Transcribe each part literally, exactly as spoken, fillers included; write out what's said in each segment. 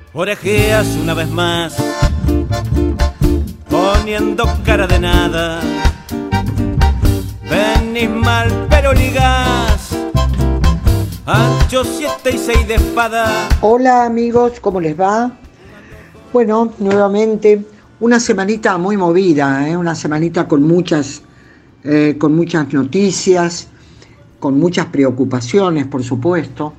Orejeas una vez más, poniendo cara de nada. Venís mal pero ligás, ancho siete y seis de espada. Hola amigos, ¿cómo les va? Bueno, nuevamente una semanita muy movida, ¿eh? Una semanita con muchas, eh, con muchas noticias, con muchas preocupaciones, por supuesto.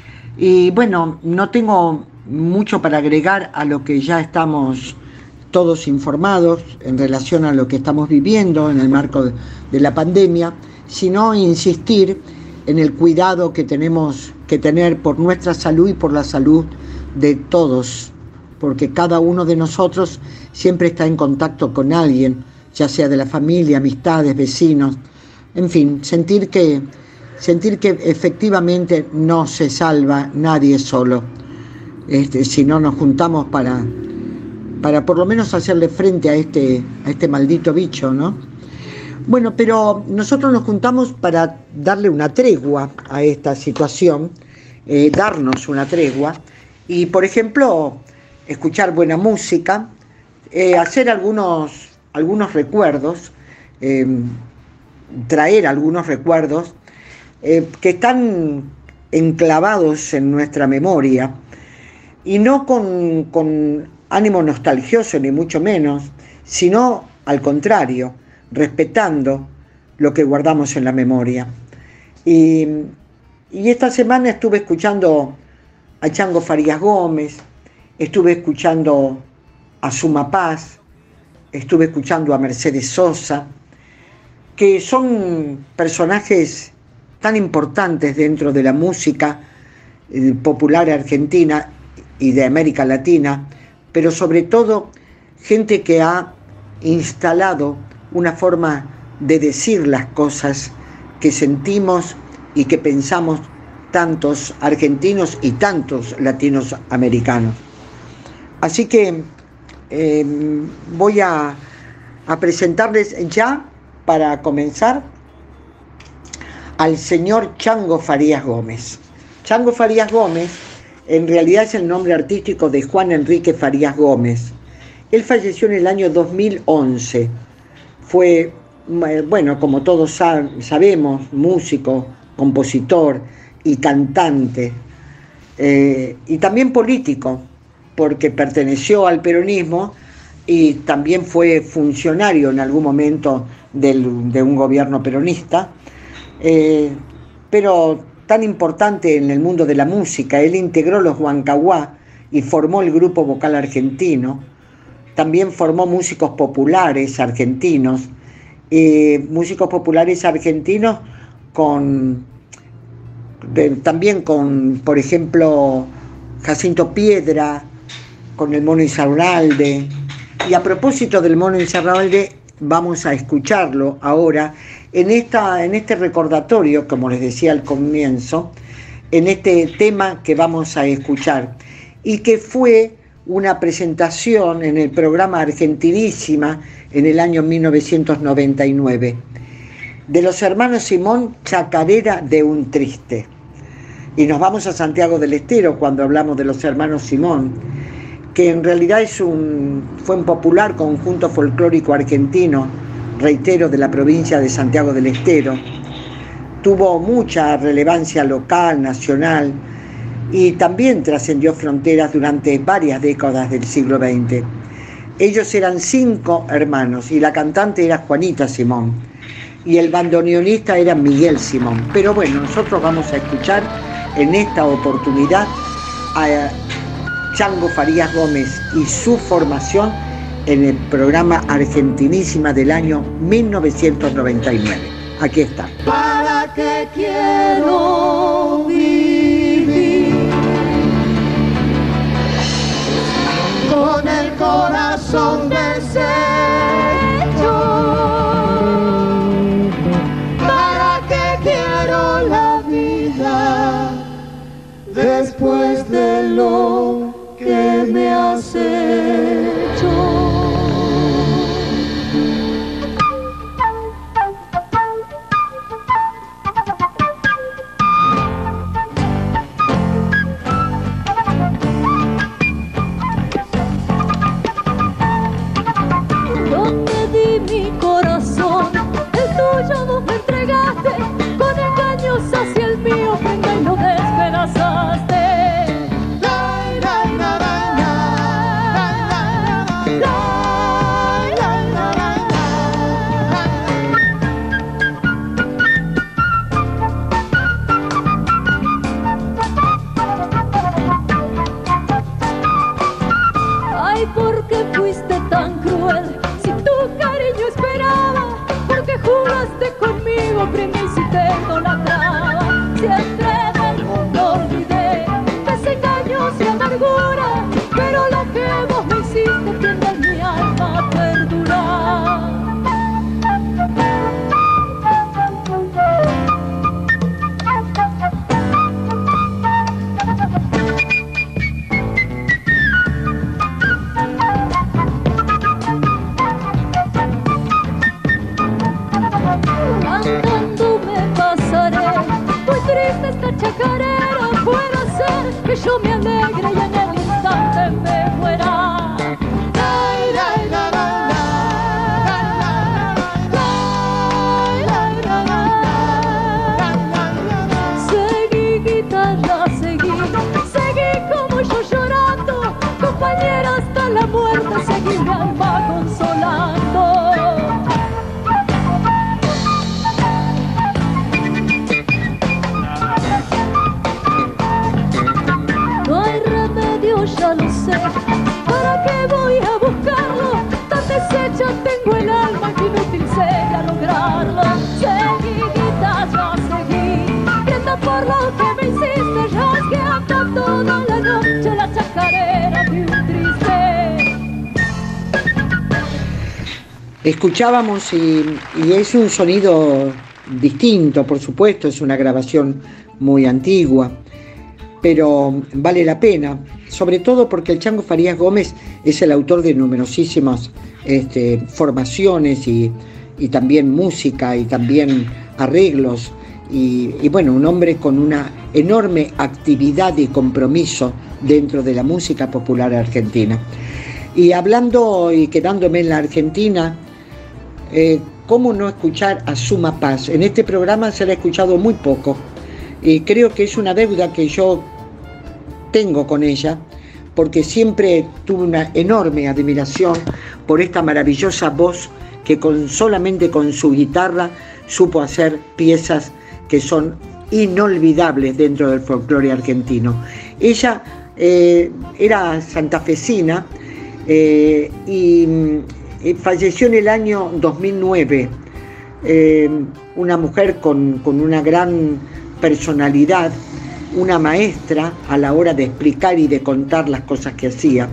Y bueno, no tengo mucho para agregar a lo que ya estamos todos informados en relación a lo que estamos viviendo en el marco de, de la pandemia, sino insistir en el cuidado que tenemos que tener por nuestra salud y por la salud de todos, porque cada uno de nosotros siempre está en contacto con alguien, ya sea de la familia, amistades, vecinos, en fin, sentir que, sentir que efectivamente no se salva nadie solo. Este, si no nos juntamos para, para por lo menos hacerle frente a este, a este maldito bicho, ¿no? Bueno, pero nosotros nos juntamos para darle una tregua a esta situación, eh, darnos una tregua y, por ejemplo, escuchar buena música, eh, hacer algunos, algunos recuerdos, eh, traer algunos recuerdos eh, que están enclavados en nuestra memoria, y no con, con ánimo nostalgioso ni mucho menos, sino al contrario, respetando lo que guardamos en la memoria. Y, y esta semana estuve escuchando a Chango Farías Gómez, estuve escuchando a Suma Paz, estuve escuchando a Mercedes Sosa, que son personajes tan importantes dentro de la música eh, popular argentina y de América Latina, pero sobre todo gente que ha instalado una forma de decir las cosas que sentimos y que pensamos tantos argentinos y tantos latinoamericanos. Así que eh, voy a, a presentarles ya, para comenzar, al señor Chango Farías Gómez. Chango Farías Gómez en realidad es el nombre artístico de Juan Enrique Farías Gómez. Él falleció en el año dos mil once. Fue, bueno, como todos sab- sabemos, músico, compositor y cantante, eh, y también político, porque perteneció al peronismo y también fue funcionario en algún momento del, de un gobierno peronista, eh, pero tan importante en el mundo de la música. Él integró los Huancahuá y formó el grupo vocal argentino. También formó músicos populares argentinos, eh, músicos populares argentinos con, de, también con, por ejemplo, Jacinto Piedra, con el Mono Insaurralde. Y a propósito del Mono Insaurralde, vamos a escucharlo ahora en, esta, en este recordatorio, como les decía al comienzo, en este tema que vamos a escuchar, y que fue una presentación en el programa Argentinísima en el año mil novecientos noventa y nueve, de los hermanos Simón, Chacarera de un Triste. Y nos vamos a Santiago del Estero cuando hablamos de los hermanos Simón, que en realidad es un, fue un popular conjunto folclórico argentino, reitero, de la provincia de Santiago del Estero. Tuvo mucha relevancia local, nacional, y también trascendió fronteras durante varias décadas del siglo veinte. Ellos eran cinco hermanos y la cantante era Juanita Simón y el bandoneonista era Miguel Simón. Pero bueno, nosotros vamos a escuchar en esta oportunidad a Chango Farías Gómez y su formación en el programa Argentinísima del año mil novecientos noventa y nueve. Aquí está. ¿Para qué quiero vivir con el corazón deshecho? ¿Para qué quiero la vida después de lo que me has hecho? yo me alegre y en el instante me muera. Seguí guitarra, seguí, seguí como yo llorando, compañera hasta la muerte, seguí mi alma consolando. Ya lo sé, ¿para qué voy a buscarlo? Tan deshecha tengo el alma que inútil sería lograrlo. Seguí, guitarra, seguí, viendo por lo que me hiciste, rasgueando toda la noche la chacarera de un triste. Escuchábamos y, y es un sonido distinto, por supuesto, es una grabación muy antigua, pero vale la pena, sobre todo porque el Chango Farías Gómez es el autor de numerosísimas este, formaciones y, y también música y también arreglos y, y bueno, un hombre con una enorme actividad y compromiso dentro de la música popular argentina. Y hablando y quedándome en la Argentina, eh, ¿cómo no escuchar a Suma Paz? En este programa se la ha escuchado muy poco y creo que es una deuda que yo tengo con ella, porque siempre tuve una enorme admiración por esta maravillosa voz que con, solamente con su guitarra supo hacer piezas que son inolvidables dentro del folclore argentino. Ella eh, era santafesina eh, y eh, falleció en el año dos mil nueve, eh, una mujer con, con una gran personalidad, una maestra a la hora de explicar y de contar las cosas que hacía,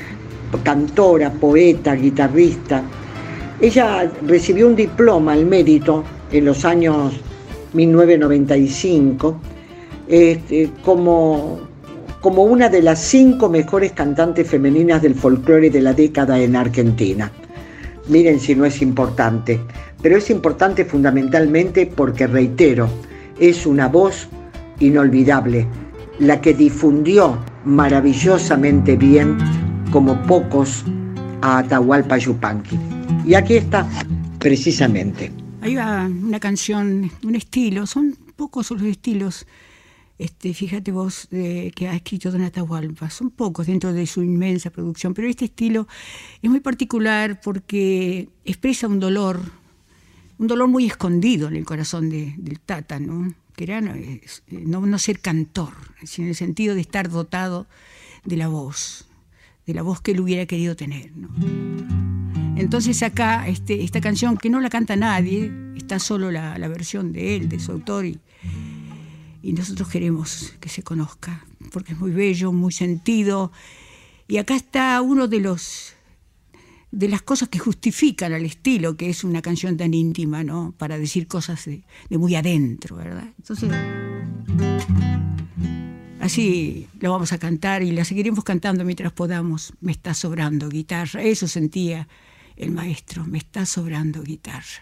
cantora, poeta, guitarrista. Ella recibió un diploma al mérito en los años mil novecientos noventa y cinco este, como, como una de las cinco mejores cantantes femeninas del folclore de la década en Argentina. Miren si no es importante, pero es importante fundamentalmente porque, reitero, es una voz inolvidable, la que difundió maravillosamente bien, como pocos, a Atahualpa Yupanqui. Y aquí está, precisamente. Hay una canción, un estilo, son pocos los estilos, este, fíjate vos, de, que ha escrito Don Atahualpa, son pocos dentro de su inmensa producción, pero este estilo es muy particular porque expresa un dolor, un dolor muy escondido en el corazón de, del Tata, ¿no? Que era no, no ser cantor, sino en el sentido de estar dotado de la voz, de la voz que él hubiera querido tener, ¿no? Entonces acá este, esta canción, que no la canta nadie, está solo la, la versión de él, de su autor, y, y nosotros queremos que se conozca, porque es muy bello, muy sentido, y acá está uno de los de las cosas que justifican al estilo, que es una canción tan íntima, ¿no? Para decir cosas de, de muy adentro, ¿verdad? Entonces, así la vamos a cantar y la seguiremos cantando mientras podamos. Me está sobrando guitarra, eso sentía el maestro, me está sobrando guitarra.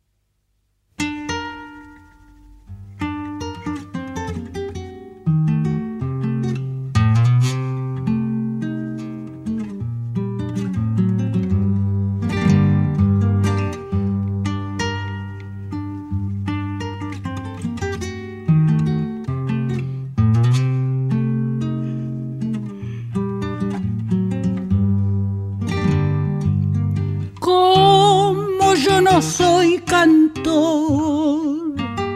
Soy cantor,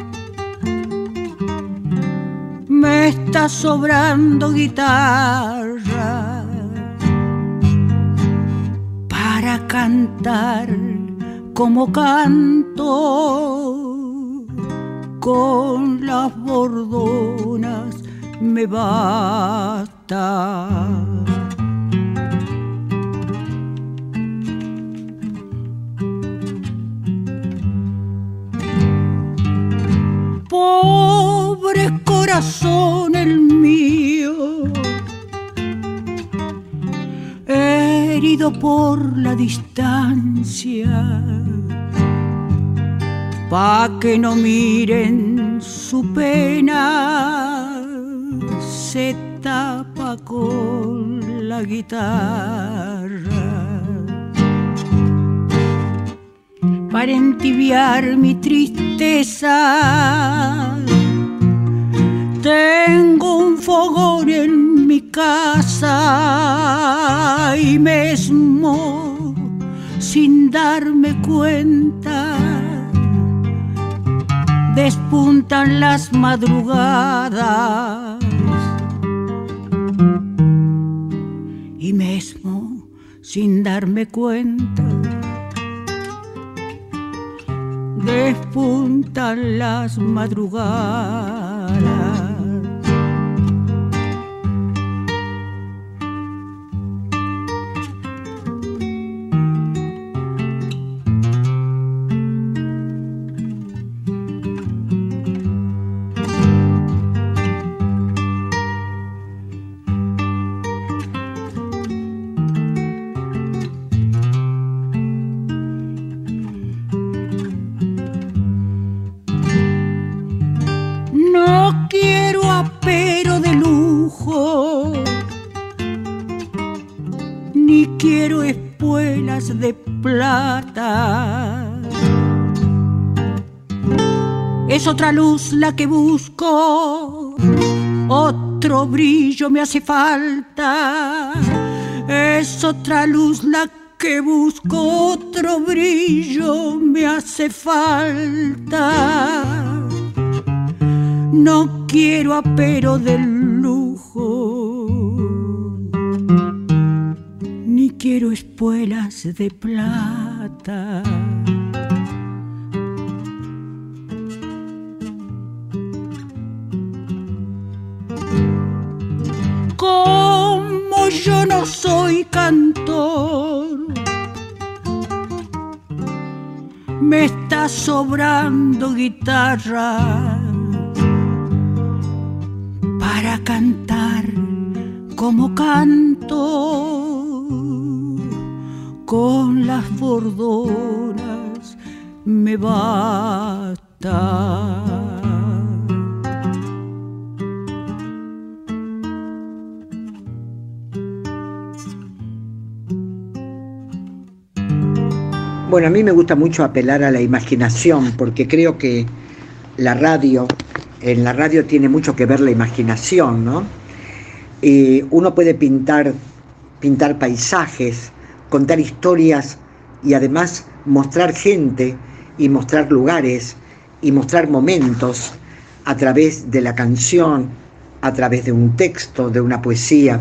me está sobrando guitarra para cantar como canto, con las bordonas me basta. Pobre corazón el mío, herido por la distancia, pa' que no miren su pena, se tapa con la guitarra para entibiar mi tristeza. Tengo un fogón en mi casa y mesmo sin darme cuenta despuntan las madrugadas y mesmo sin darme cuenta despuntan las madrugadas. De plata es otra luz la que busco, otro brillo me hace falta. Es otra luz la que busco, otro brillo me hace falta. No quiero apero del lujo, ni quiero espuelas de plata. Como yo no soy cantor, me está sobrando guitarra para cantar como canto. Con las bordonas me basta. Bueno, a mí me gusta mucho apelar a la imaginación porque creo que la radio, en la radio tiene mucho que ver la imaginación, ¿no? Y uno puede pintar, pintar paisajes, contar historias y además mostrar gente y mostrar lugares y mostrar momentos a través de la canción, a través de un texto, de una poesía.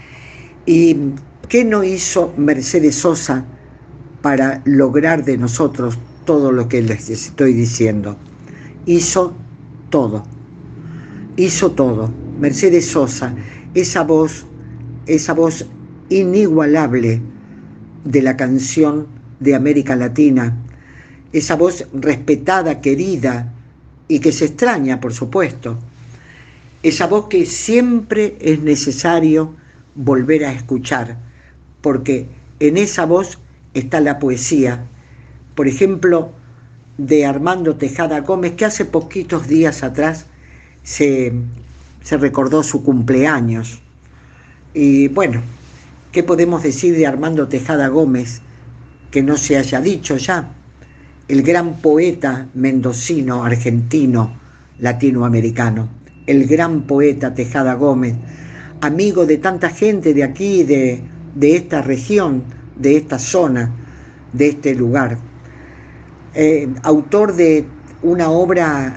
¿Y qué no hizo Mercedes Sosa para lograr de nosotros todo lo que les estoy diciendo? Hizo todo, hizo todo. Mercedes Sosa, esa voz, esa voz inigualable de la canción de América Latina, esa voz respetada, querida y que se extraña, por supuesto, esa voz que siempre es necesario volver a escuchar, porque en esa voz está la poesía, por ejemplo, de Armando Tejada Gómez, que hace poquitos días atrás se, se recordó su cumpleaños. Y bueno, ¿qué podemos decir de Armando Tejada Gómez que no se haya dicho ya? El gran poeta mendocino, argentino, latinoamericano, el gran poeta Tejada Gómez, amigo de tanta gente de aquí, de, de esta región, de esta zona, de este lugar. Eh, autor de una obra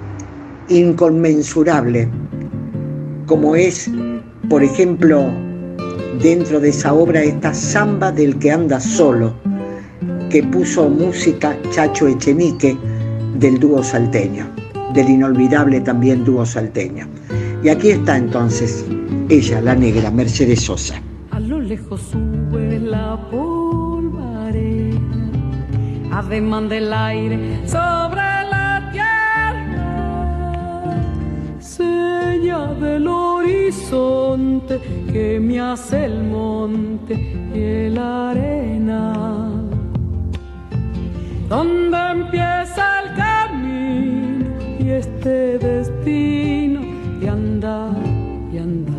inconmensurable, como es, por ejemplo, dentro de esa obra esta Samba del que anda solo, que puso música Chacho Echenique del dúo salteño, del inolvidable también dúo salteño. Y aquí está entonces ella, la negra, Mercedes Sosa. A lo lejos sube la polvareda, ademán del aire sobre la tierra, seña del horizonte que me hace el monte y la arena, donde empieza el camino y este destino de andar y andar.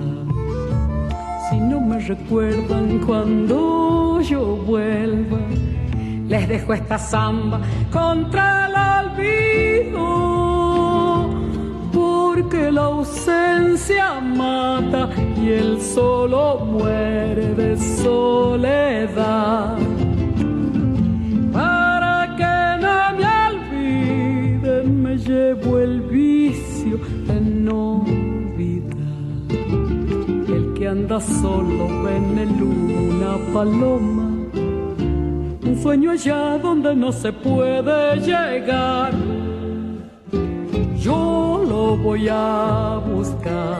recuerdan cuando yo vuelva. Les dejo esta samba contra el olvido, porque la ausencia mata y el solo muere de soledad. Para que no me olviden, me llevo el vicio de no olvidar. El que anda solo ve en una paloma, un sueño allá donde no se puede llegar. Yo lo voy a buscar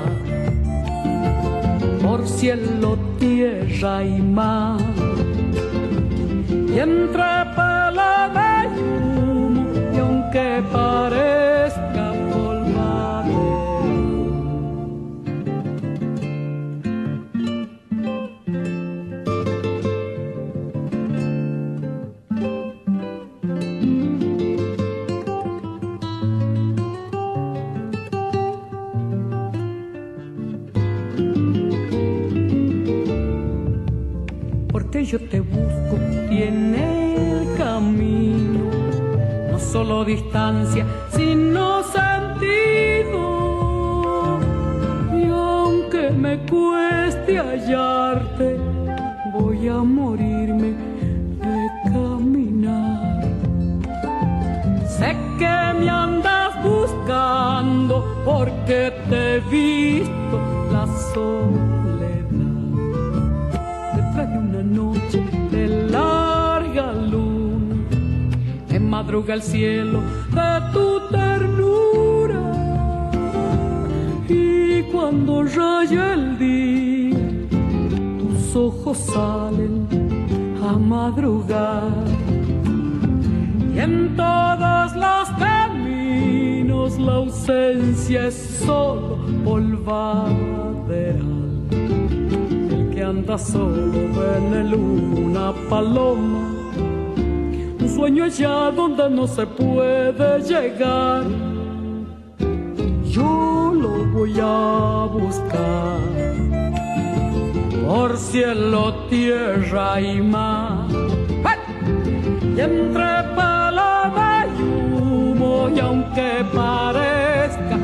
por cielo, tierra y mar, y entre paloma y humo, y aunque parezca yo te busco y en el camino no solo distancia sino sentido, y aunque me cueste hallarte voy a morirme de caminar. Sé que me andas buscando porque te he visto la soledad detrás de una noche de larga luna. Me madruga el cielo de tu ternura, y cuando raya el día tus ojos salen a madrugar. Y en todos los caminos la ausencia es solo polvaderal. El que anda solo ve en el una paloma, un sueño allá donde no se puede llegar. Yo lo voy a buscar por cielo, tierra y mar, y entre paloma y humo, y aunque parezca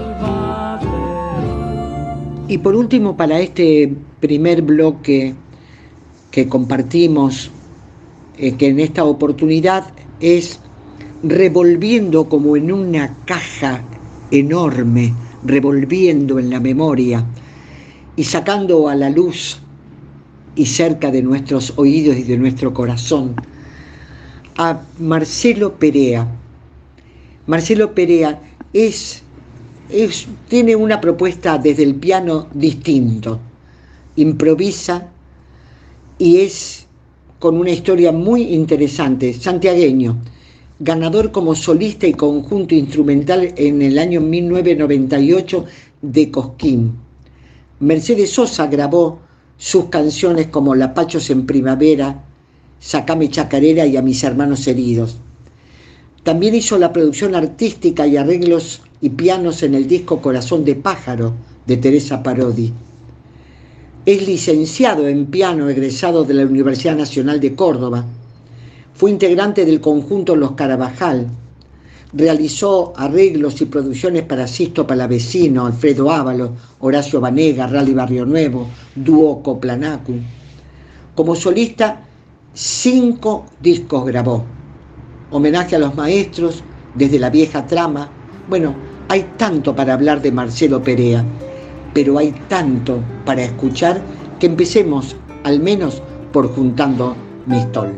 polvaderal. Y por último, para este primer bloque que compartimos, eh, que en esta oportunidad es revolviendo como en una caja enorme, revolviendo en la memoria y sacando a la luz y cerca de nuestros oídos y de nuestro corazón a Marcelo Perea. Marcelo Perea es, es, tiene una propuesta desde el piano distinto, improvisa y es con una historia muy interesante, santiagueño, ganador como solista y conjunto instrumental en el año mil novecientos noventa y ocho de Cosquín. Mercedes Sosa grabó sus canciones como Lapachos en Primavera, Sacame Chacarera y A mis hermanos heridos. También hizo la producción artística y arreglos y pianos en el disco Corazón de Pájaro de Teresa Parodi. Es licenciado en piano egresado de la Universidad Nacional de Córdoba. Fue integrante del conjunto Los Carabajal. Realizó arreglos y producciones para Sisto Palavecino, Alfredo Ávalo, Horacio Banega, Rally Barrio Nuevo, Dúo Coplanacu. Como solista, cinco discos grabó. Homenaje a los maestros, Desde la vieja trama. Bueno, hay tanto para hablar de Marcelo Perea, pero hay tanto para escuchar que empecemos al menos por Juntando Mistol.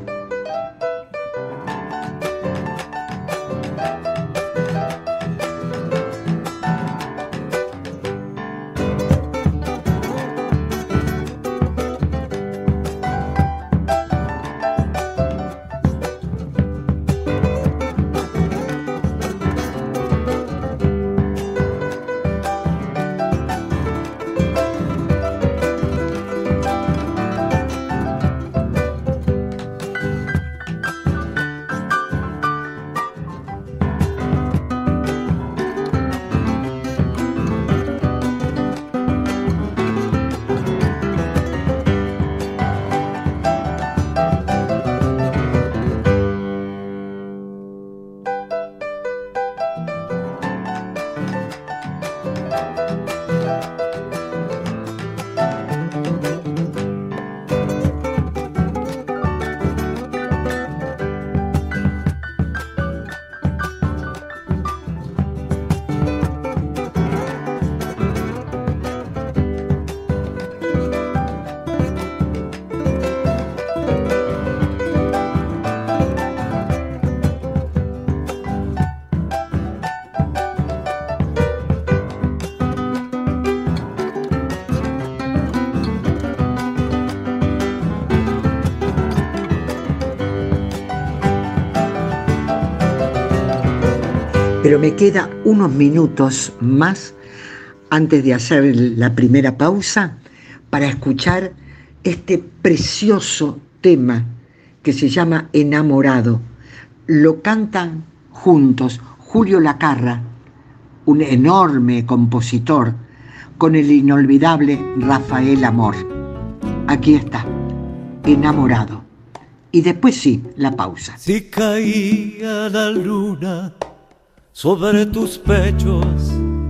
pero me queda unos minutos más antes de hacer la primera pausa para escuchar este precioso tema que se llama Enamorado. Lo cantan juntos Julio Lacarra, un enorme compositor, con el inolvidable Rafael Amor. Aquí está, Enamorado. Y después sí, la pausa. Si caía la luna sobre tus pechos,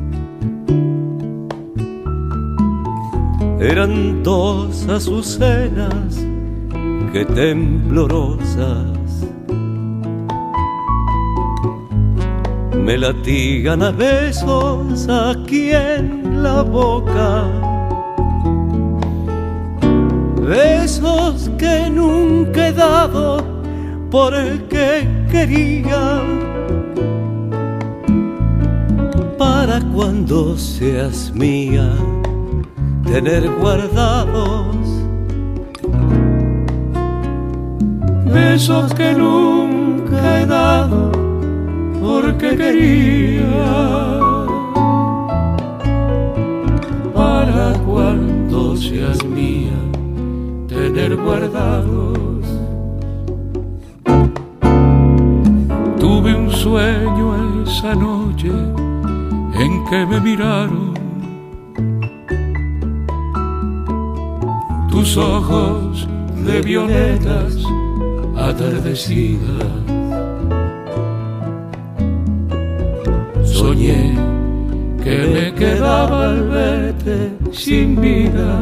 eran dos azucenas que temblorosas me latigan a besos aquí en la boca, besos que nunca he dado porque quería, para cuando seas mía tener guardados, besos que nunca he dado porque quería, para cuando seas mía tener guardados. Tuve un sueño esa noche en que me miraron tus ojos de violetas atardecidas. Soñé que me quedaba al verte sin vida,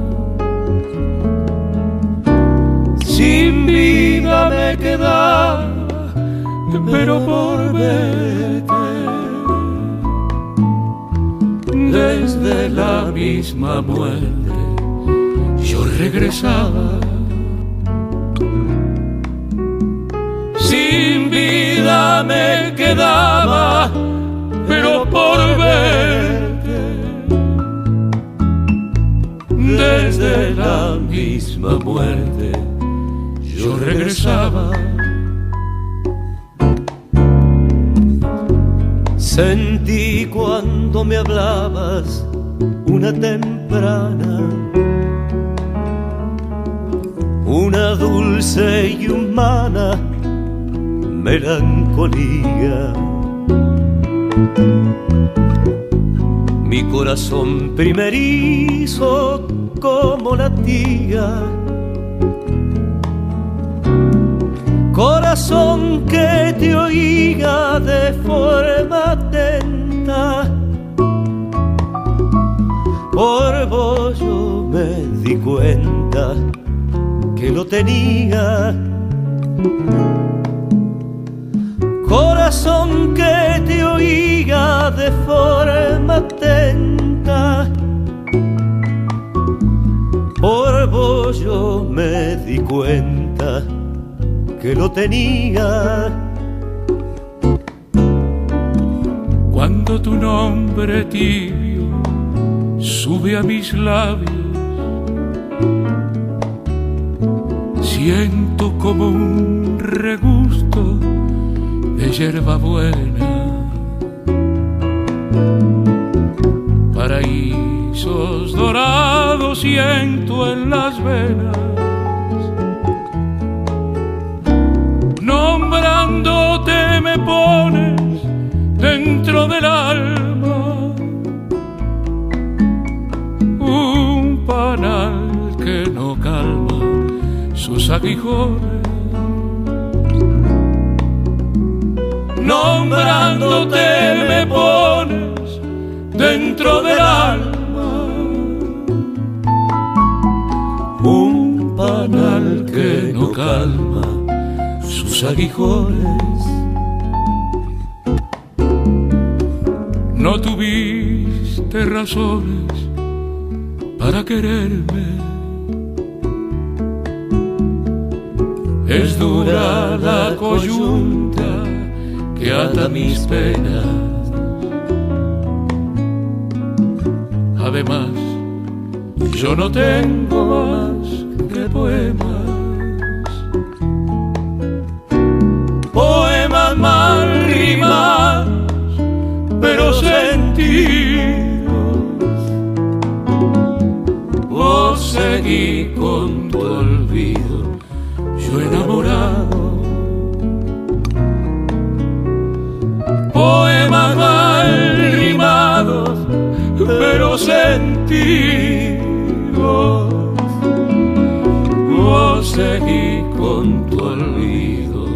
sin vida me quedaba, pero por verte desde la misma muerte yo regresaba. Sin vida me quedaba, pero por verte desde la misma muerte yo regresaba. Sentí cuando me hablabas una temprana, una dulce y humana melancolía. Mi corazón primerizo como latía, corazón que te oía de forma atenta. Por vos yo me di cuenta que lo tenía, corazón que te oía de forma atenta. Por vos yo me di cuenta que lo tenía. Cuando tu nombre tibio sube a mis labios, siento como un regusto de hierba buena. Paraísos dorados siento en las venas, nombrándote me pones dentro del alma un panal que no calma sus aguijones. Nombrándote me pones dentro del alma un panal que no calma sus aguijones. No tuviste razones para quererme, es dura la coyunta que ata mis penas. Además, yo no tengo más que poemas, poemas mal rimados seguí con tu olvido, yo enamorado. Poemas mal rimados, pero sentidos. Vos seguí con tu olvido,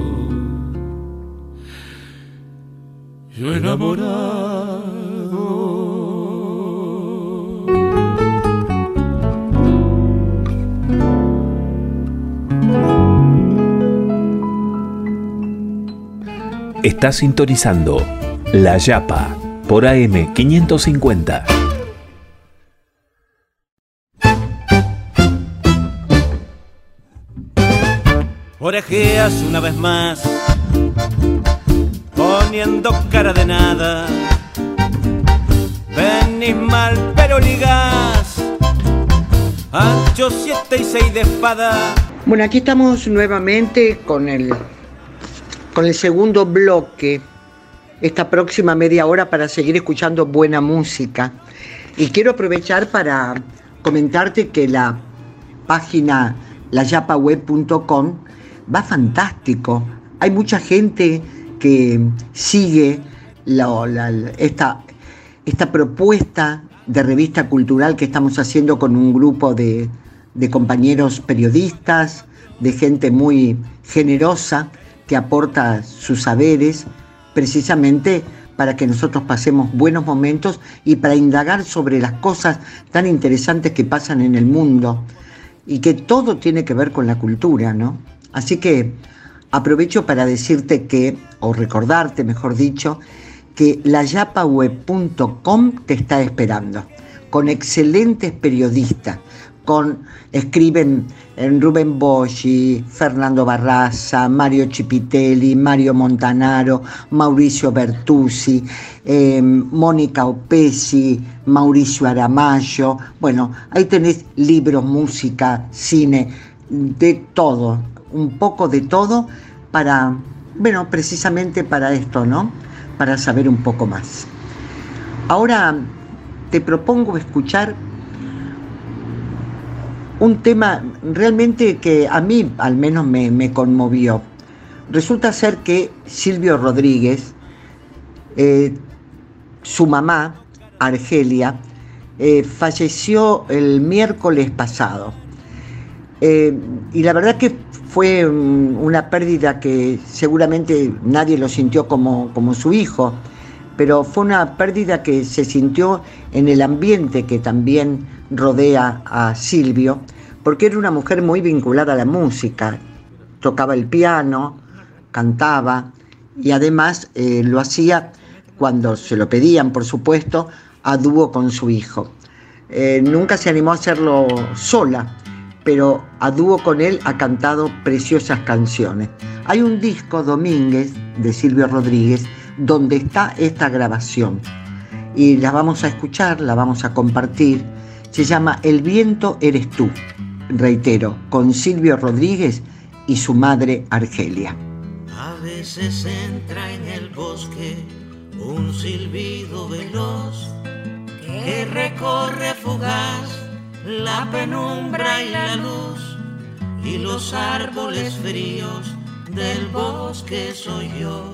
yo enamorado. Está sintonizando La Yapa por A M quinientos cincuenta. Orejeas una vez más, poniendo cara de nada. Venís mal pero ligás, ancho siete y seis de espada. Bueno, aquí estamos nuevamente con el, con el segundo bloque, esta próxima media hora para seguir escuchando buena música. Y quiero aprovechar para comentarte que la página la yapa web punto com va fantástico. Hay mucha gente que sigue la, la, esta, esta propuesta de revista cultural que estamos haciendo con un grupo de, de compañeros periodistas, de gente muy generosa que aporta sus saberes precisamente para que nosotros pasemos buenos momentos y para indagar sobre las cosas tan interesantes que pasan en el mundo y que todo tiene que ver con la cultura, ¿no? Así que aprovecho para decirte que, o recordarte mejor dicho, que la yapa web punto com te está esperando, con excelentes periodistas, con, escriben en Rubén Boschi, Fernando Barraza, Mario Chipitelli, Mario Montanaro, Mauricio Bertuzzi, eh, Mónica Opesi, Mauricio Aramayo. Bueno, ahí tenés libros, música, cine, de todo, un poco de todo para, bueno, precisamente para esto, ¿no? Para saber un poco más. Ahora te propongo escuchar un tema realmente que a mí al menos me, me conmovió. Resulta ser que Silvio Rodríguez, eh, su mamá, Argelia, eh, falleció el miércoles pasado. Eh, y la verdad que fue um, una pérdida que seguramente nadie lo sintió como, como su hijo, pero fue una pérdida que se sintió en el ambiente que también rodea a Silvio, porque era una mujer muy vinculada a la música, tocaba el piano, cantaba y además eh, lo hacía cuando se lo pedían, por supuesto, a dúo con su hijo. Eh, nunca se animó a hacerlo sola, pero a dúo con él ha cantado preciosas canciones. Hay un disco, Domínguez, de Silvio Rodríguez, donde está esta grabación y la vamos a escuchar, la vamos a compartir. Se llama El viento eres tú, reitero, con Silvio Rodríguez y su madre Argelia. A veces entra en el bosque un silbido veloz que recorre fugaz la penumbra y la luz, y los árboles fríos del bosque soy yo.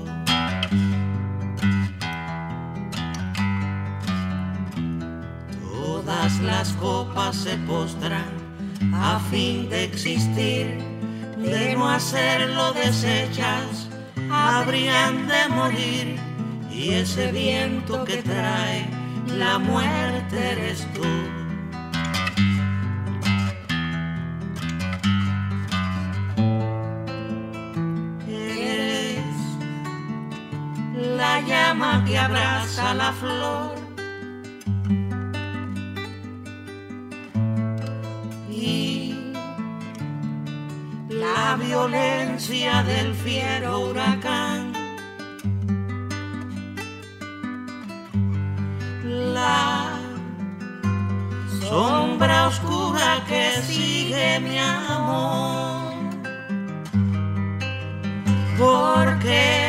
Todas las copas se postran a fin de existir, de no hacerlo desechas, habrían de morir, y ese viento que trae la muerte eres tú. La llama que abraza la flor y la violencia del fiero huracán, la sombra oscura que sigue mi amor, porque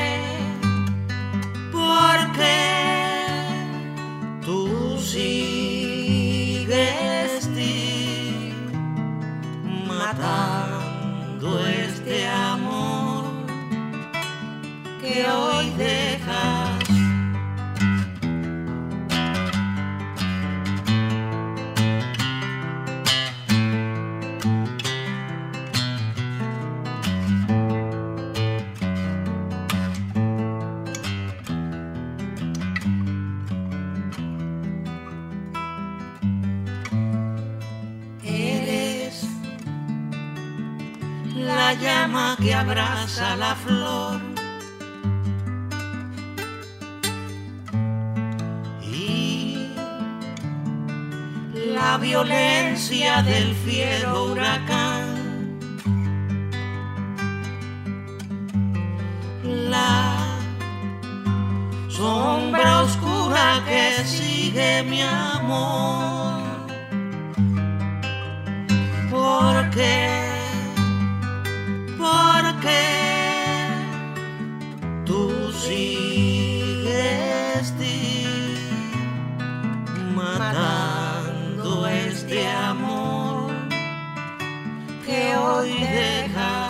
porque tú sigues la llama que abraza la flor. Y la violencia del fiero huracán. La sombra oscura que sigue mi amor. ¿Por qué? Porque tú sigues matando este amor que hoy dejas.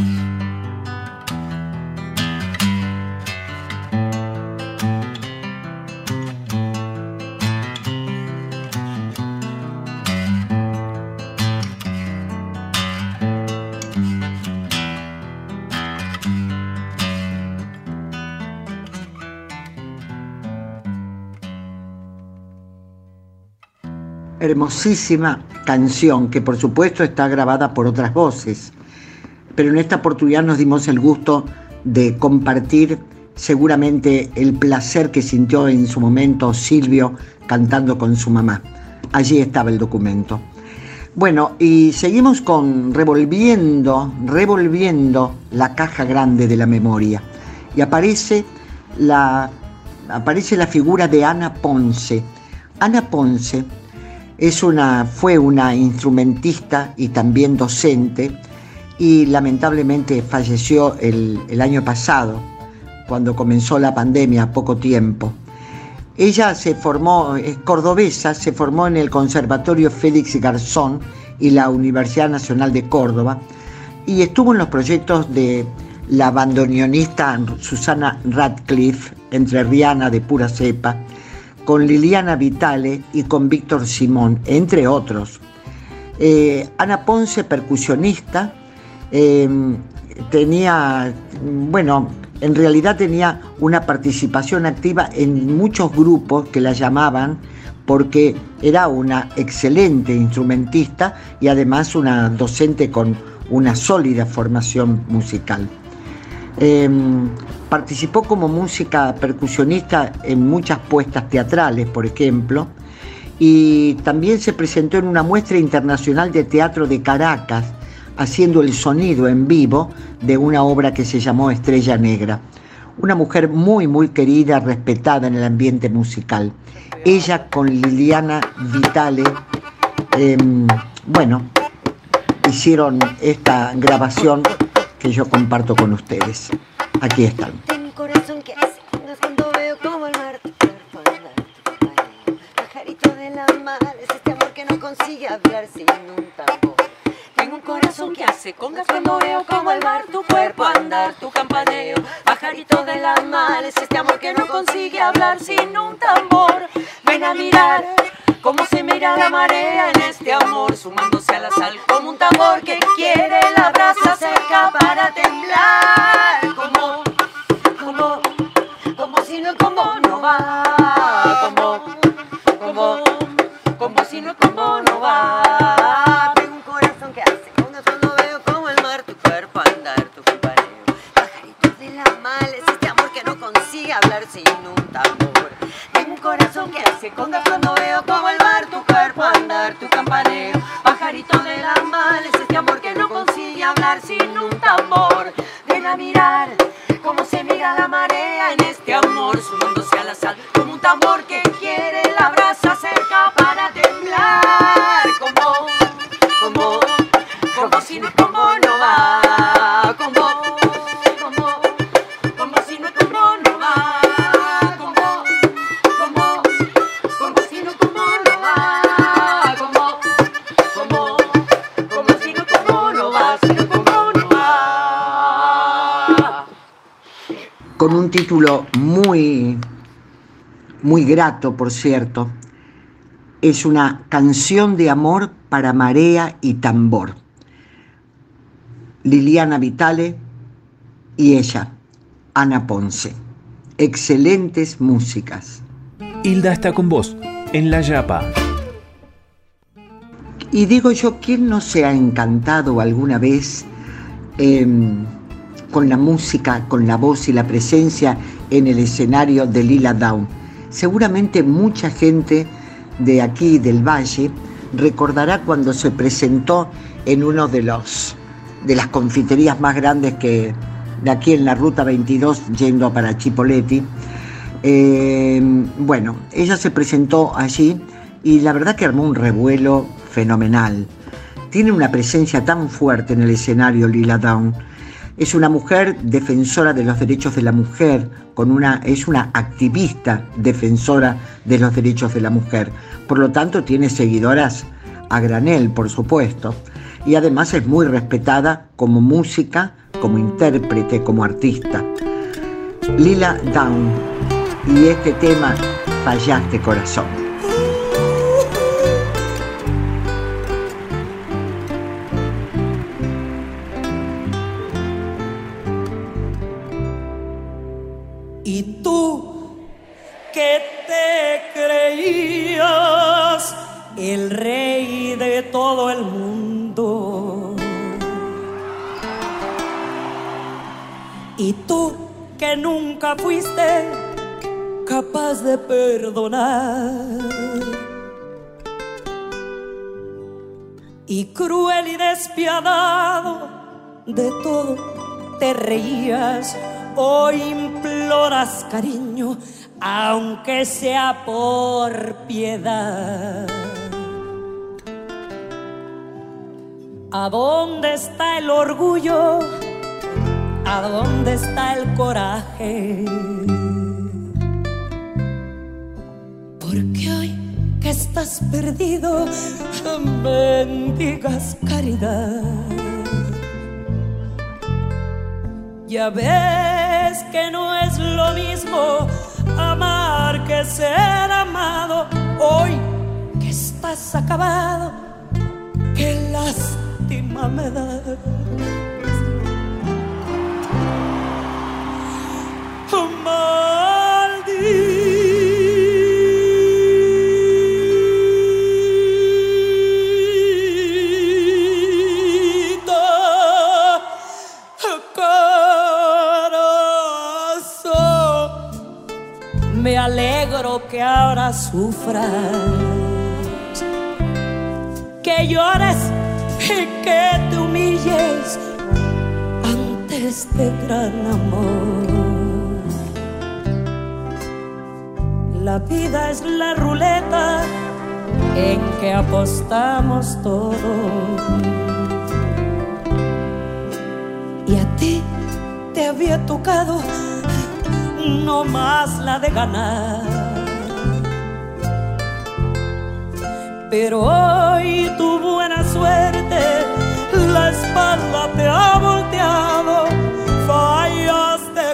Hermosísima canción que por supuesto está grabada por otras voces, pero en esta oportunidad nos dimos el gusto de compartir seguramente el placer que sintió en su momento Silvio cantando con su mamá. Allí estaba el documento. Bueno, y seguimos con revolviendo, revolviendo la caja grande de la memoria, y aparece la, aparece la figura de Ana Ponce. Ana Ponce Es una, fue una instrumentista y también docente, y lamentablemente falleció el, el año pasado, cuando comenzó la pandemia, a poco tiempo. Ella se formó, es cordobesa, se formó en el Conservatorio Félix Garzón y la Universidad Nacional de Córdoba, y estuvo en los proyectos de la bandoneonista Susana Radcliffe, entrerriana de pura cepa, con Liliana Vitale y con Víctor Simón, entre otros. Eh, Ana Ponce, percusionista, eh, tenía, bueno, en realidad tenía una participación activa en muchos grupos que la llamaban porque era una excelente instrumentista y además una docente con una sólida formación musical. Eh, participó como música percusionista en muchas puestas teatrales, por ejemplo, y también se presentó en una muestra internacional de teatro de Caracas, haciendo el sonido en vivo de una obra que se llamó Estrella Negra. Una mujer muy, muy querida, respetada en el ambiente musical. Ella con Liliana Vitale, eh, bueno, hicieron esta grabación que yo comparto con ustedes. Aquí están. Tengo un corazón que hace ondas cuando veo como el mar tu cuerpo andar, tu pajarito, pajarito de la mar, es este amor que no consigue hablar sin un tambor. Tengo un corazón que hace congas cuando veo como el mar tu cuerpo andar, tu campaneo, pajarito de la mar, es este amor que no consigue hablar sin un tambor. Ven a mirar cómo se mira la marea en este amor, sumándose a la sal como un tambor que quiere la brasa cerca para temblar. Como, como, como si no, como no va. Como, como, como si no, como no va. Tengo un corazón que hace ondas cuando veo como el mar tu cuerpo andar, tu campaneo. Pajaritos de la mal, es este amor que no consigue hablar sin un tambor. Tengo un corazón que hace congas cuando veo como el mar tu cuerpo andar, tu campaneo. Pajarito de la mal, es este amor que no consigue hablar sin un tambor. Ven a mirar cómo se mira la marea en este amor, sumándose a la sal como un tambor que quiere la brasa cerca para temblar. Como, como, como si no, como no va. Como, como, como si no, como no va. Con un título muy, muy grato, por cierto. Es una canción de amor para marea y tambor. Liliana Vitale y ella, Ana Ponce. Excelentes músicas. Hilda está con vos, en La Yapa. Y digo yo, ¿quién no se ha encantado alguna vez eh, con la música, con la voz y la presencia en el escenario de Lila Downs. Seguramente mucha gente de aquí, del Valle, recordará cuando se presentó en uno de los de las confiterías más grandes que de aquí en la ruta veintidós yendo para Chipoleti. Eh, bueno, ella se presentó allí y la verdad que armó un revuelo fenomenal. Tiene una presencia tan fuerte en el escenario Lila Downs. Es una mujer defensora de los derechos de la mujer, con una, es una activista defensora de los derechos de la mujer. Por lo tanto, tiene seguidoras a granel, por supuesto. Y además es muy respetada como música, como intérprete, como artista. Lila Downs y este tema, Fallaste Corazón. Y tú que te creías el rey de todo el mundo, y tú que nunca fuiste capaz de perdonar, y cruel y despiadado de todo te reías. Hoy imploras cariño, aunque sea por piedad. ¿A dónde está el orgullo? ¿A dónde está el coraje? Porque hoy que estás perdido, mendigas caridad. Ya ves que no es lo mismo amar que ser amado. Hoy que estás acabado, qué lástima me da. Me alegro que ahora sufras, que llores y que te humilles ante este gran amor. La vida es la ruleta en que apostamos todos, y a ti te había tocado no más la de ganar. Pero hoy tu buena suerte la espalda te ha volteado. Fallaste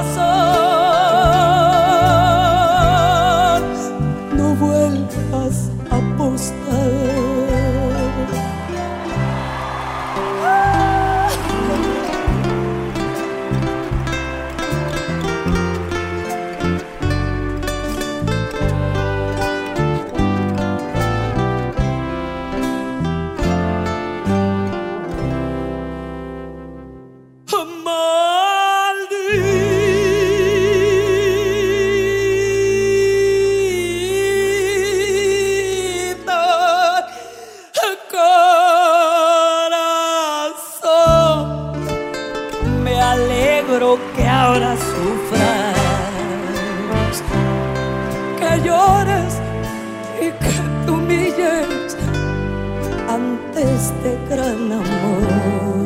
corazón, no vuelvas a apostar. Que ahora sufras, que llores y que te humilles ante este gran amor.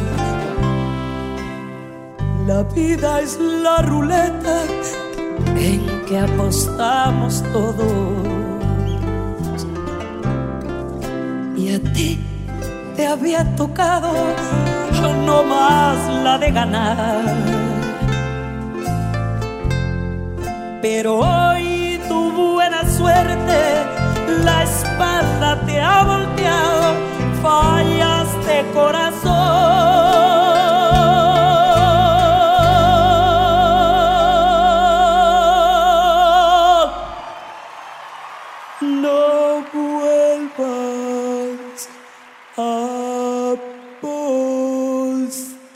La vida es la ruleta en que apostamos todos, y a ti te había tocado no más la de ganar. Pero hoy tu buena suerte la espalda te ha volteado. Fallaste corazón, no vuelvas a apostar.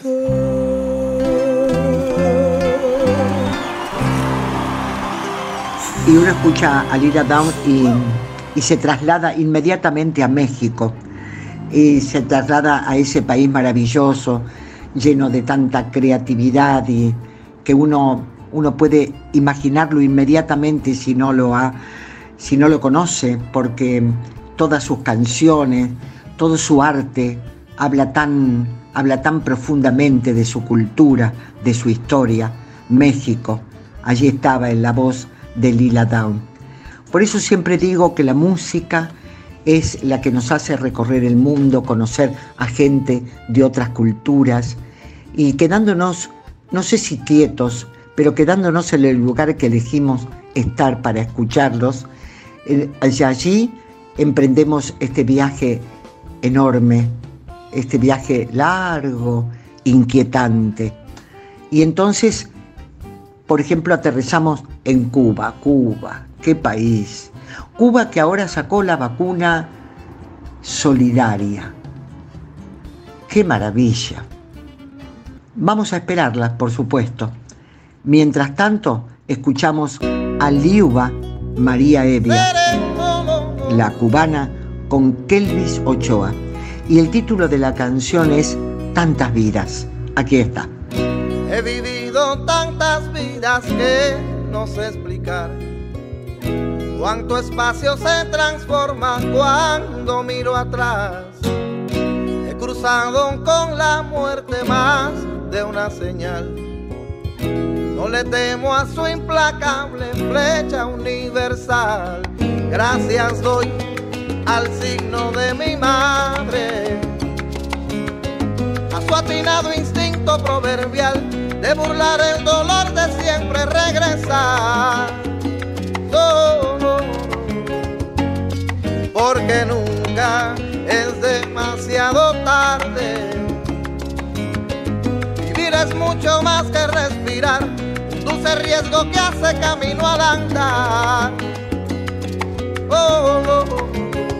uno escucha a Lila Downs y, y se traslada inmediatamente a México, y se traslada a ese país maravilloso, lleno de tanta creatividad y que uno, uno puede imaginarlo inmediatamente si no lo ha, si no lo conoce, porque todas sus canciones, todo su arte habla tan, habla tan profundamente de su cultura, de su historia. México, allí estaba en la voz de Lila Downs. Por eso siempre digo que la música es la que nos hace recorrer el mundo, conocer a gente de otras culturas y quedándonos, no sé si quietos, pero quedándonos en el lugar que elegimos estar para escucharlos, eh, allí emprendemos este viaje enorme, este viaje largo, inquietante. Y entonces, por ejemplo, aterrizamos en Cuba. Cuba, qué país. Cuba, que ahora sacó la vacuna solidaria. ¡Qué maravilla! Vamos a esperarla, por supuesto. Mientras tanto, escuchamos a Liuba María Evia, la cubana, con Kelvis Ochoa. Y el título de la canción es Tantas vidas. Aquí está. He vivido tantas vidas que no sé explicar cuánto espacio se transforma cuando miro atrás. He cruzado con la muerte más de una señal. No le temo a su implacable flecha universal. Gracias doy al signo de mi madre, a su atinado instinto proverbial de burlar el dolor de siempre regresar. No, no, porque nunca es demasiado tarde. Vivir es mucho más que respirar, un dulce riesgo que hace camino al andar. Oh, oh, oh.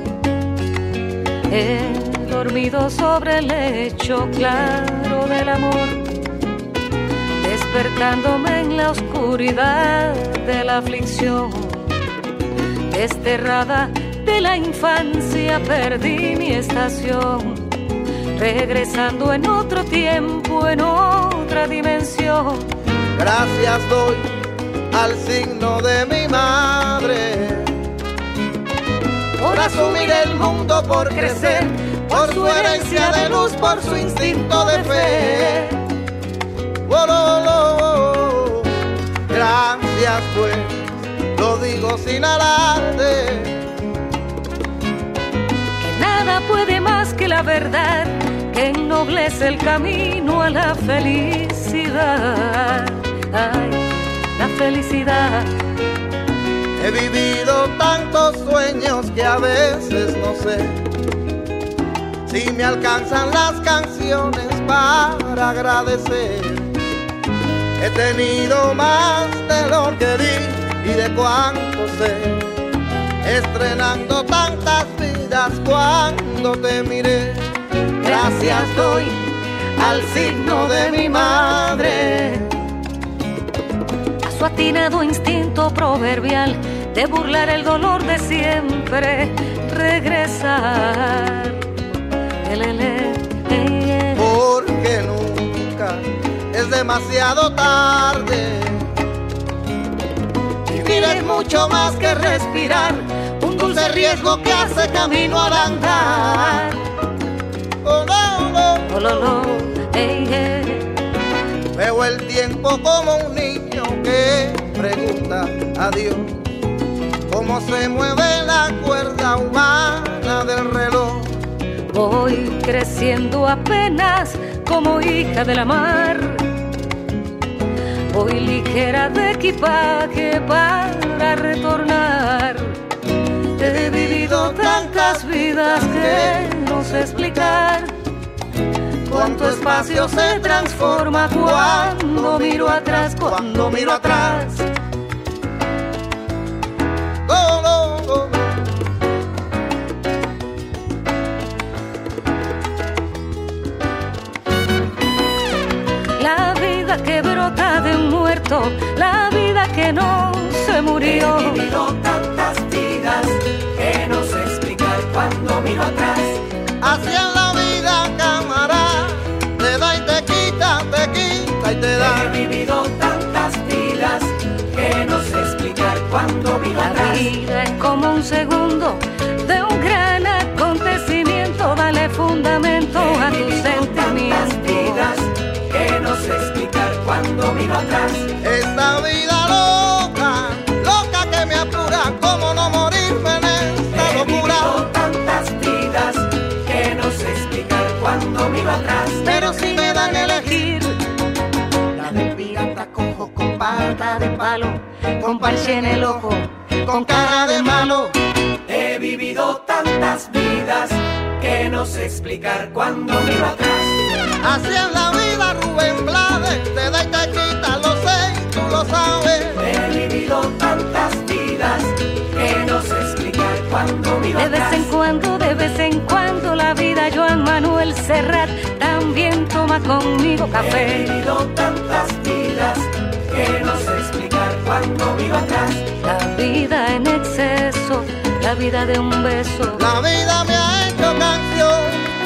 He dormido sobre el lecho claro del amor, despertándome en la oscuridad de la aflicción. Desterrada de la infancia perdí mi estación, regresando en otro tiempo, en otra dimensión. Gracias doy al signo de mi madre por asumir el mundo, por crecer, por su herencia de luz, por su instinto de fe. Oh, oh, oh, oh. Gracias pues, lo digo sin alarde, que nada puede más que la verdad, que ennoblece el camino a la felicidad. Ay, la felicidad. He vivido tantos sueños que a veces no sé si me alcanzan las canciones para agradecer. He tenido más de lo que di y de cuánto sé, estrenando tantas vidas cuando te miré. Gracias doy al signo de mi madre, a su atinado instinto proverbial de burlar el dolor de siempre regresar. Elele, eh, porque nunca es demasiado tarde. Vivir es mucho más que respirar, un dulce riesgo que hace camino al andar. Oh, no, no. Oh, lo, lo, eh, eh. Veo el tiempo como un niño que pregunta a Dios cómo se mueve la cuerda humana del reloj. Voy creciendo apenas como hija de la mar, voy ligera de equipaje para retornar. He vivido tantas vidas que no sé explicar cuánto espacio se transforma cuando miro atrás, cuando miro atrás. Oh, oh, oh. La vida que brota de un muerto, la vida que no se murió, vivido. He vivido tantas vidas que no sé explicar cuando miro atrás. Así en la vida, camarada, te da y te quita, te quita y te da. He vivido tantas vidas que no sé explicar cuando miro La atrás. vida es como un segundo de un gran acontecimiento. Dale fundamento a tus sentimientos. Vidas que no sé explicar cuando miro atrás. Esta vida loca, loca que me apura, como no morirme en esta He locura. vivido tantas vidas que no sé explicar cuando miro atrás. Pero si me dan a elegir, La del pirata cojo con pata de palo, Con parche en el ojo, con cara de malo. He vivido tantas vidas que no sé explicar cuando miro atrás. Así es la vida, Rubén Blades, te da y te quita, lo sé, tú lo sabes. He vivido tantas vidas que no sé explicar cuando miro de vez atrás. en cuando, de vez en cuando la vida Joan Manuel Serrat también toma conmigo He café. vivido tantas vidas que no sé explicar cuando miro atrás. La vida en exceso, la vida de un beso. La vida me ha hecho canción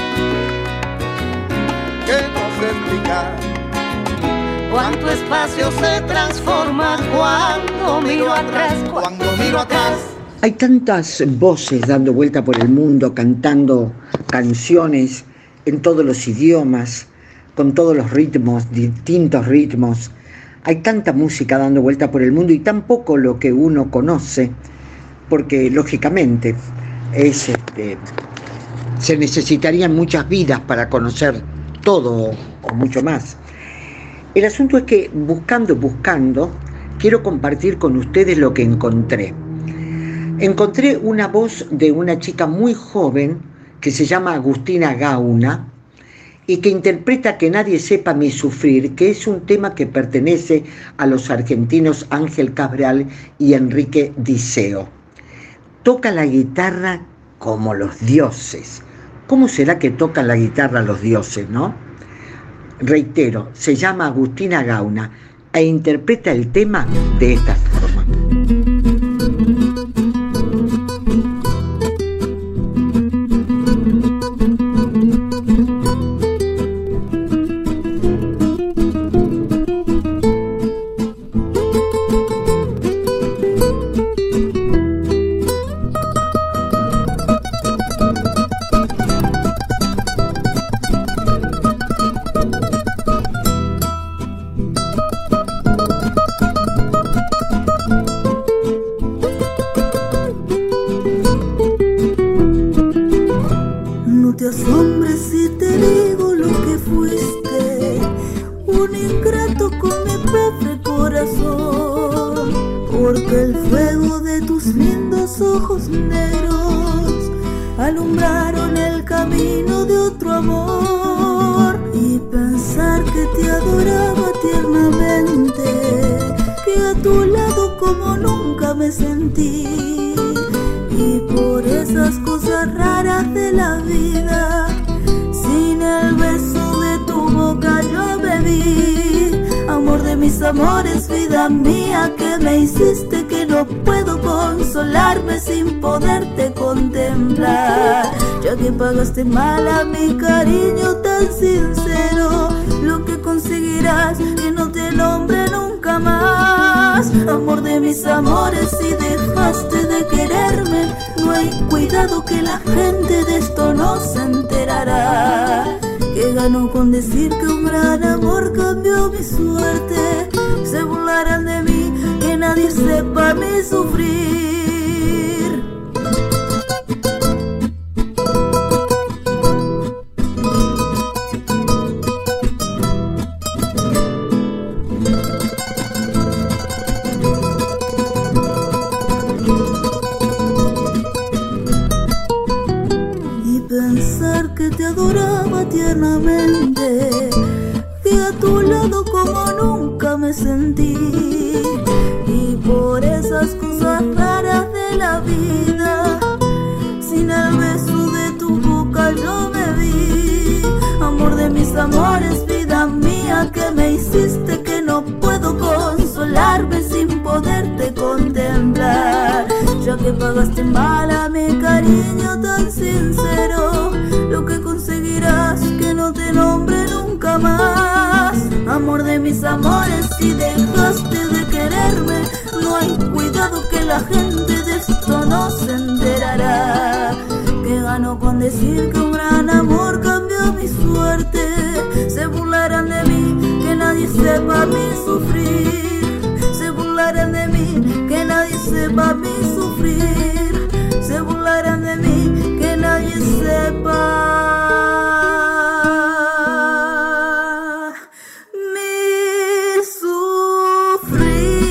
que no sé explicar. Cuánto espacio se transforma cuando miro atrás. Cuando miro atrás. Hay tantas voces dando vuelta por el mundo, cantando canciones en todos los idiomas, con todos los ritmos, distintos ritmos. Hay tanta música dando vuelta por el mundo y tan poco lo que uno conoce, porque lógicamente es, este, se necesitarían muchas vidas para conocer todo o mucho más. El asunto es que buscando, buscando, quiero compartir con ustedes lo que encontré. Encontré una voz de una chica muy joven que se llama Agustina Gauna y que interpreta Que nadie sepa mi sufrir, que es un tema que pertenece a los argentinos Ángel Cabral y Enrique Diceo. Toca la guitarra como los dioses. ¿Cómo será que tocan la guitarra los dioses, no? Reitero, se llama Agustina Gauna e interpreta el tema de esta forma. Amores, vida mía, que me hiciste que no puedo consolarme sin poderte contemplar. Ya que pagaste mal a mi cariño tan sincero, lo que conseguirás que no te nombre nunca más. Amor de mis amores, si dejaste de quererme, no hay cuidado que la gente de esto no se enterará. Que ganó con decir que un gran amor cambió mi suerte. Se burlarán de mí, que nadie sepa mi sufrir. Y pensar que te adoraba tiernamente, que a tu lado como nunca me sentí, y por esas cosas raras de la vida, sin el beso de tu boca yo me vi. Amor de mis amores, vida mía, que me hiciste que no puedo consolarme sin poderte contemplar. pagaste mal a mi cariño tan sincero. Lo que conseguirás que no te nombre nunca más. Amor de mis amores, si dejaste de quererme, no hay cuidado que la gente de esto no se enterará. Que gano con decir que un gran amor cambió mi suerte. Se burlarán de mí, que nadie sepa mi sufrir. Se burlarán de mí, que nadie sepa mi sufrir. Se burlarán de mí, que nadie sepa mi sufrir.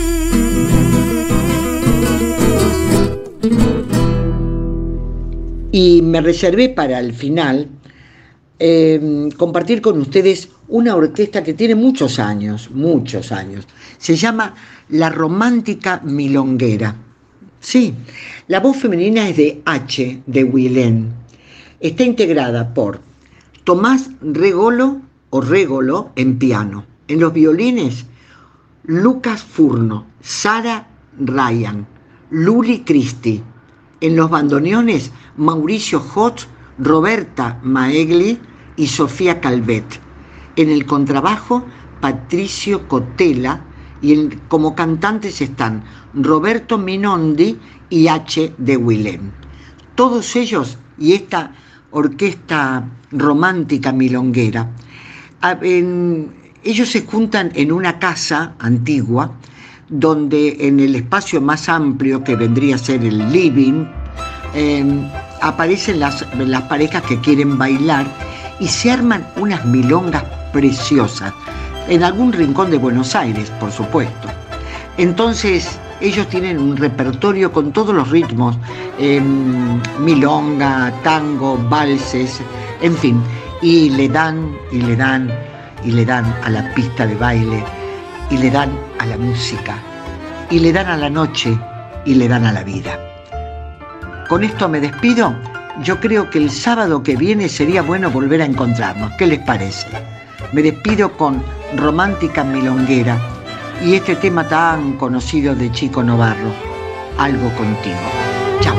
Y me reservé para el final eh, compartir con ustedes una orquesta que tiene muchos años, muchos años. Se llama La Romántica Milonguera. Sí, la voz femenina es de H. de Huilén. Está integrada por Tomás Regolo o Regolo en piano. En los violines, Lucas Furno, Sara Ryan, Luli Cristi. En los bandoneones, Mauricio Hotz, Roberta Maegli y Sofía Calvet. En el contrabajo, Patricio Cotela. Y en, como cantantes están Roberto Minondi y H. de Huilén. Todos ellos y esta orquesta romántica milonguera, en, ellos se juntan en una casa antigua donde en el espacio más amplio que vendría a ser el living, eh, aparecen las, las parejas que quieren bailar y se arman unas milongas preciosas, en algún rincón de Buenos Aires, por supuesto. Entonces, ellos tienen un repertorio con todos los ritmos, eh, milonga, tango, valses, en fin, y le dan, y le dan, y le dan a la pista de baile, y le dan a la música, y le dan a la noche, y le dan a la vida. Con esto me despido. Yo creo que el sábado que viene sería bueno volver a encontrarnos. ¿Qué les parece? Me despido con Romántica Milonguera y este tema tan conocido de Chico Novarro, Algo Contigo. Chao.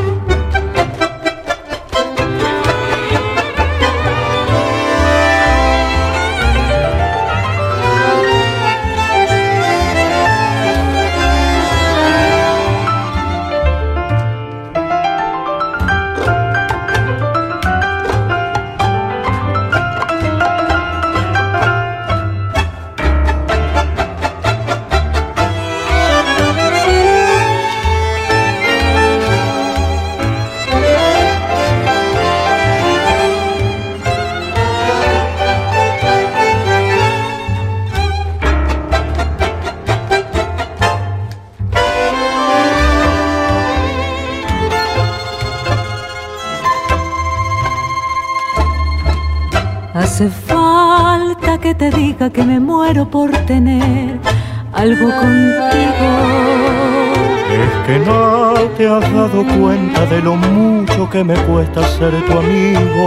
Hace falta que te diga que me muero por tener algo contigo. Es que no te has dado cuenta de lo mucho que me cuesta ser tu amigo.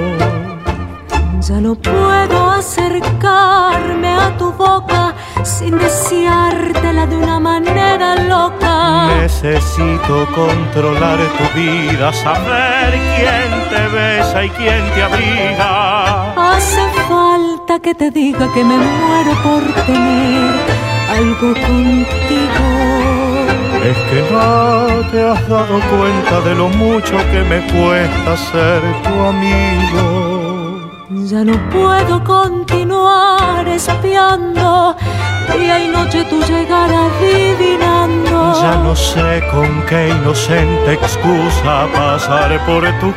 Ya no puedo acercarme a tu boca sin deseártela de una manera loca. Necesito controlar tu vida, saber quién te besa y quién te abriga. Hace falta que te diga que me muero por tener algo contigo. Es que no te has dado cuenta de lo mucho que me cuesta ser tu amigo. Ya no puedo continuar espiando día y noche tu llegar adivinando. Ya no sé con qué inocente excusa pasar por tu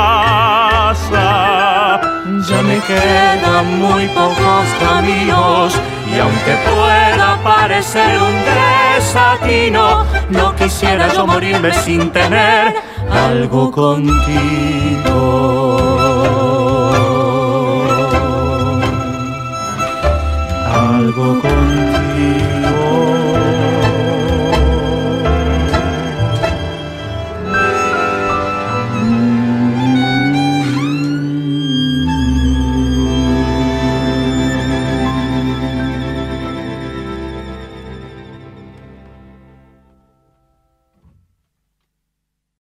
casa. Ya me quedan muy pocos caminos y aunque pueda parecer un desatino, no quisiera yo morirme sin tener algo contigo. Algo contigo.